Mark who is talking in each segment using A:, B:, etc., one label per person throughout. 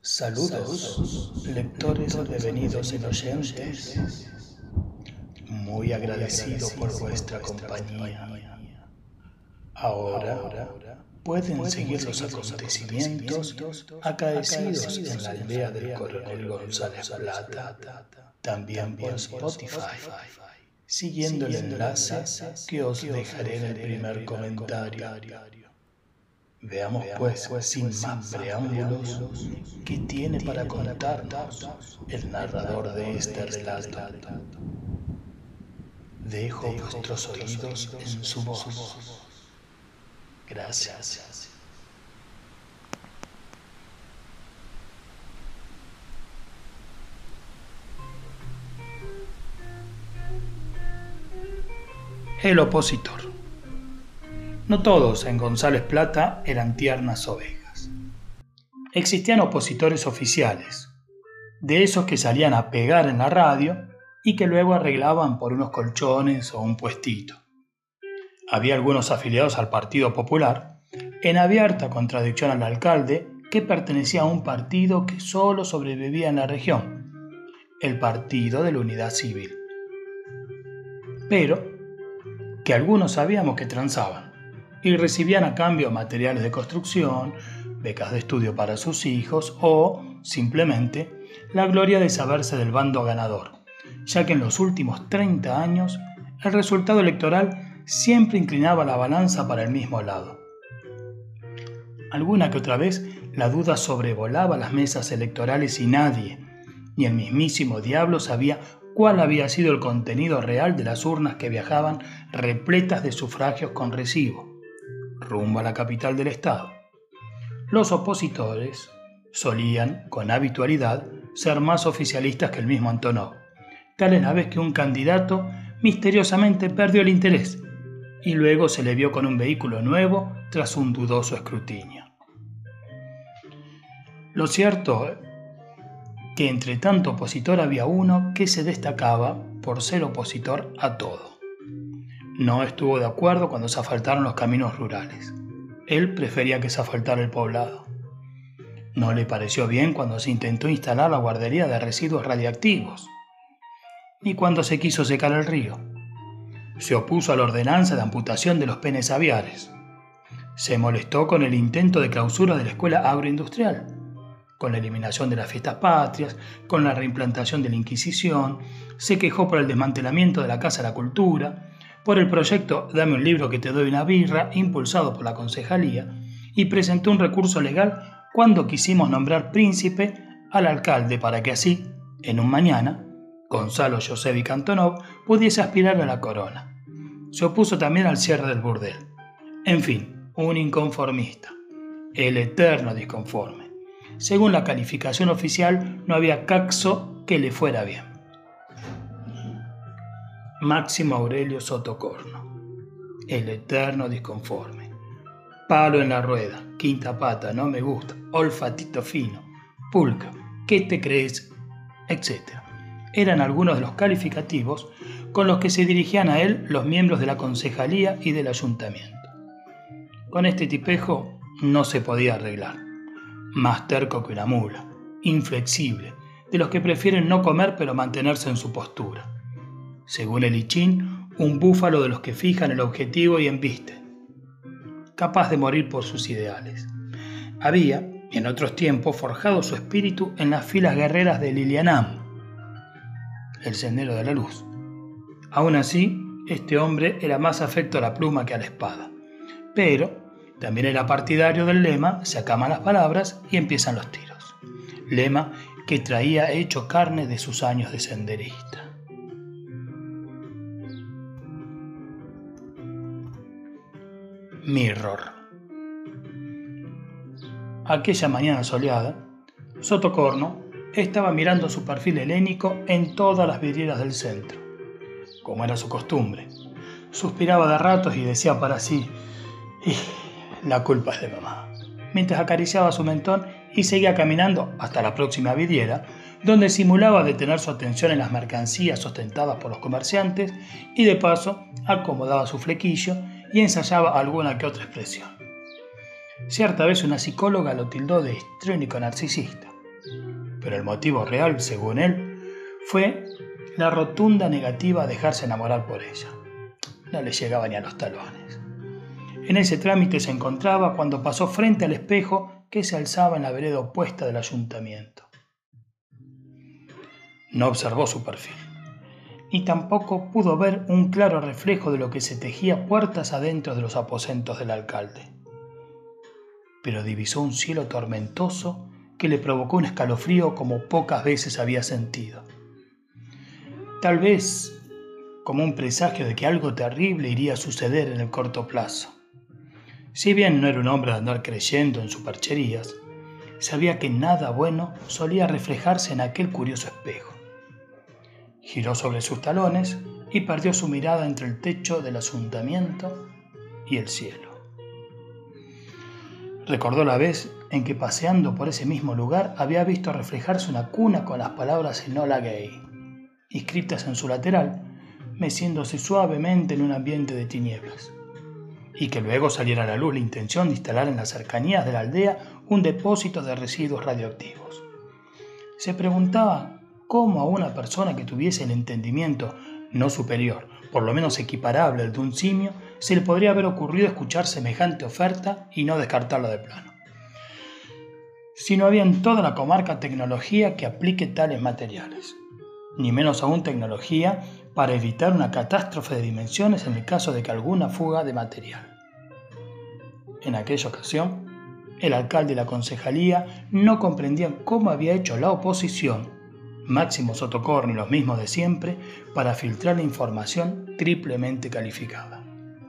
A: Saludos, lectores devenidos en oyentes. Muy agradecido por vuestra compañía. Ahora pueden seguir los acontecimientos acaecidos en la aldea del Coronel González Plata, también por Spotify, siguiendo el enlace que os dejaré en el primer comentario. Veamos pues, sin más preámbulos, qué tiene para contarnos el narrador de este relato. Dejo vuestros oídos en su voz. Gracias. El opositor. No todos en González Plata eran tiernas ovejas. Existían opositores oficiales, de esos que salían a pegar en la radio y que luego arreglaban por unos colchones o un puestito. Había algunos afiliados al Partido Popular, en abierta contradicción al alcalde, que pertenecía a un partido que solo sobrevivía en la región, el Partido de la Unidad Civil. Pero que algunos sabíamos que transaban y recibían a cambio materiales de construcción, becas de estudio para sus hijos o, simplemente, la gloria de saberse del bando ganador, ya que en los últimos 30 años el resultado electoral siempre inclinaba la balanza para el mismo lado. Alguna que otra vez la duda sobrevolaba las mesas electorales y nadie, ni el mismísimo diablo, sabía cuál había sido el contenido real de las urnas que viajaban repletas de sufragios con recibo, rumbo a la capital del estado. Los opositores solían, con habitualidad, ser más oficialistas que el mismo Antonov, tal es la vez que un candidato misteriosamente perdió el interés y luego se le vio con un vehículo nuevo tras un dudoso escrutinio. Lo cierto que entre tanto opositor había uno que se destacaba por ser opositor a todo. No estuvo de acuerdo cuando se asfaltaron los caminos rurales. Él prefería que se asfaltara el poblado. No le pareció bien cuando se intentó instalar la guardería de residuos radiactivos, ni cuando se quiso secar el río. Se opuso a la ordenanza de amputación de los penes aviares. Se molestó con el intento de clausura de la escuela agroindustrial, con la eliminación de las fiestas patrias, con la reimplantación de la Inquisición. Se quejó por el desmantelamiento de la Casa de la Cultura, por el proyecto Dame un libro que te doy una birra, impulsado por la concejalía, y presentó un recurso legal cuando quisimos nombrar príncipe al alcalde para que así, en un mañana, Gonzalo Josevic Antonov pudiese aspirar a la corona. Se opuso también al cierre del burdel. En fin, un inconformista, el eterno disconforme. Según la calificación oficial, no había caso que le fuera bien. Máximo Aurelio Sotocorno, el eterno disconforme. Palo en la rueda, quinta pata, no me gusta, olfatito fino, pulca, ¿qué te crees?, etc. Eran algunos de los calificativos con los que se dirigían a él los miembros de la concejalía y del ayuntamiento. Con este tipejo no se podía arreglar. Más terco que una mula, inflexible, de los que prefieren no comer pero mantenerse en su postura. Según el I Ching, un búfalo de los que fijan el objetivo y embisten, capaz de morir por sus ideales. Había, en otros tiempos, forjado su espíritu en las filas guerreras de Lilianam, el sendero de la luz. Aún así, este hombre era más afecto a la pluma que a la espada, pero también era partidario del lema "se acaban las palabras y empiezan los tiros", lema que traía hecho carne de sus años de senderista. Mirror. Aquella mañana soleada, Sotocorno estaba mirando su perfil helénico en todas las vidrieras del centro. Como era su costumbre, suspiraba de ratos y decía para sí: la culpa es de mamá, mientras acariciaba su mentón y seguía caminando hasta la próxima vidriera, donde simulaba detener su atención en las mercancías ostentadas por los comerciantes y de paso acomodaba su flequillo y ensayaba alguna que otra expresión. Cierta vez una psicóloga lo tildó de histriónico narcisista. pero el motivo real, según él, fue la rotunda negativa a dejarse enamorar por ella. No le llegaba ni a los talones. En ese trámite se encontraba cuando pasó frente al espejo que se alzaba en la vereda opuesta del ayuntamiento. No observó su perfil, ni tampoco pudo ver un claro reflejo de lo que se tejía puertas adentro de los aposentos del alcalde. Pero divisó un cielo tormentoso que le provocó un escalofrío como pocas veces había sentido. Tal vez como un presagio de que algo terrible iría a suceder en el corto plazo. Si bien no era un hombre de andar creyendo en supercherías, sabía que nada bueno solía reflejarse en aquel curioso espejo. Giró sobre sus talones y perdió su mirada entre el techo del ayuntamiento y el cielo. Recordó la vez en que paseando por ese mismo lugar había visto reflejarse una cuna con las palabras Enola Gay, inscritas en su lateral, meciéndose suavemente en un ambiente de tinieblas, y que luego saliera a la luz la intención de instalar en las cercanías de la aldea un depósito de residuos radioactivos. Se preguntaba cómo a una persona que tuviese el entendimiento no superior, por lo menos equiparable al de un simio, se le podría haber ocurrido escuchar semejante oferta y no descartarla de plano. Si no había en toda la comarca tecnología que aplique tales materiales, ni menos aún tecnología para evitar una catástrofe de dimensiones en el caso de que alguna fuga de material. En aquella ocasión, el alcalde y la concejalía no comprendían cómo había hecho la oposición, Máximo Sotocorno y los mismos de siempre, para filtrar la información triplemente calificada.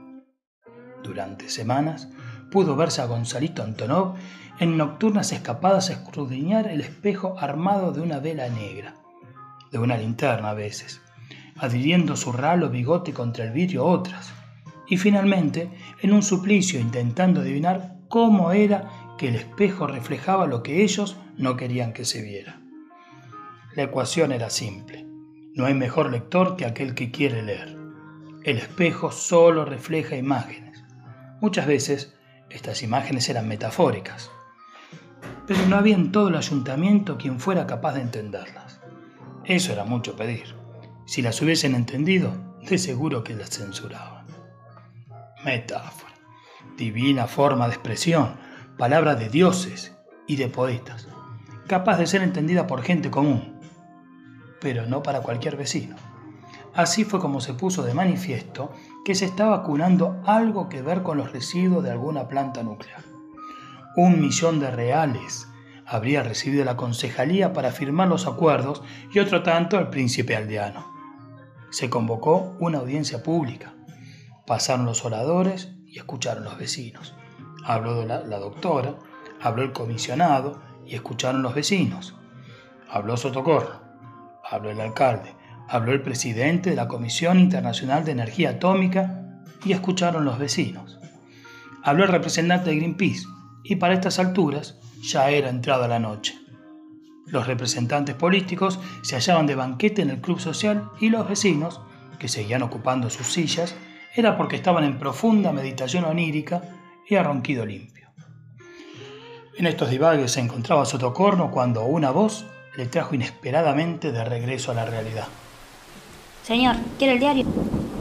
A: Durante semanas pudo verse a Gonzalito Antonov en nocturnas escapadas a escudriñar el espejo armado de una vela negra, de una linterna a veces, adhiriendo su ralo bigote contra el vidrio otras, y finalmente en un suplicio intentando adivinar cómo era que el espejo reflejaba lo que ellos no querían que se viera. La ecuación era simple. No hay mejor lector que aquel que quiere leer. El espejo solo refleja imágenes. Muchas veces estas imágenes eran metafóricas, pero no había en todo el ayuntamiento quien fuera capaz de entenderlas. Eso era mucho pedir. Si las hubiesen entendido, de seguro que las censuraban. Metáfora, divina forma de expresión, palabra de dioses y de poetas, capaz de ser entendida por gente común, pero no para cualquier vecino. Así fue como se puso de manifiesto que se estaba cunando algo que ver con los residuos de alguna planta nuclear. 1 millón de reales habría recibido la concejalía para firmar los acuerdos y otro tanto el príncipe aldeano. Se convocó una audiencia pública. Pasaron los oradores y escucharon los vecinos. Habló la doctora, habló el comisionado y escucharon los vecinos. Habló Sotocorno, habló el alcalde, habló el presidente de la Comisión Internacional de Energía Atómica y escucharon los vecinos. Habló el representante de Greenpeace y para estas alturas ya era entrada la noche. Los representantes políticos se hallaban de banquete en el club social y los vecinos, que seguían ocupando sus sillas, era porque estaban en profunda meditación onírica y a ronquido limpio. En estos divagues se encontraba Sotocorno cuando una voz le trajo inesperadamente de regreso a la realidad.
B: Señor, ¿quiere el diario?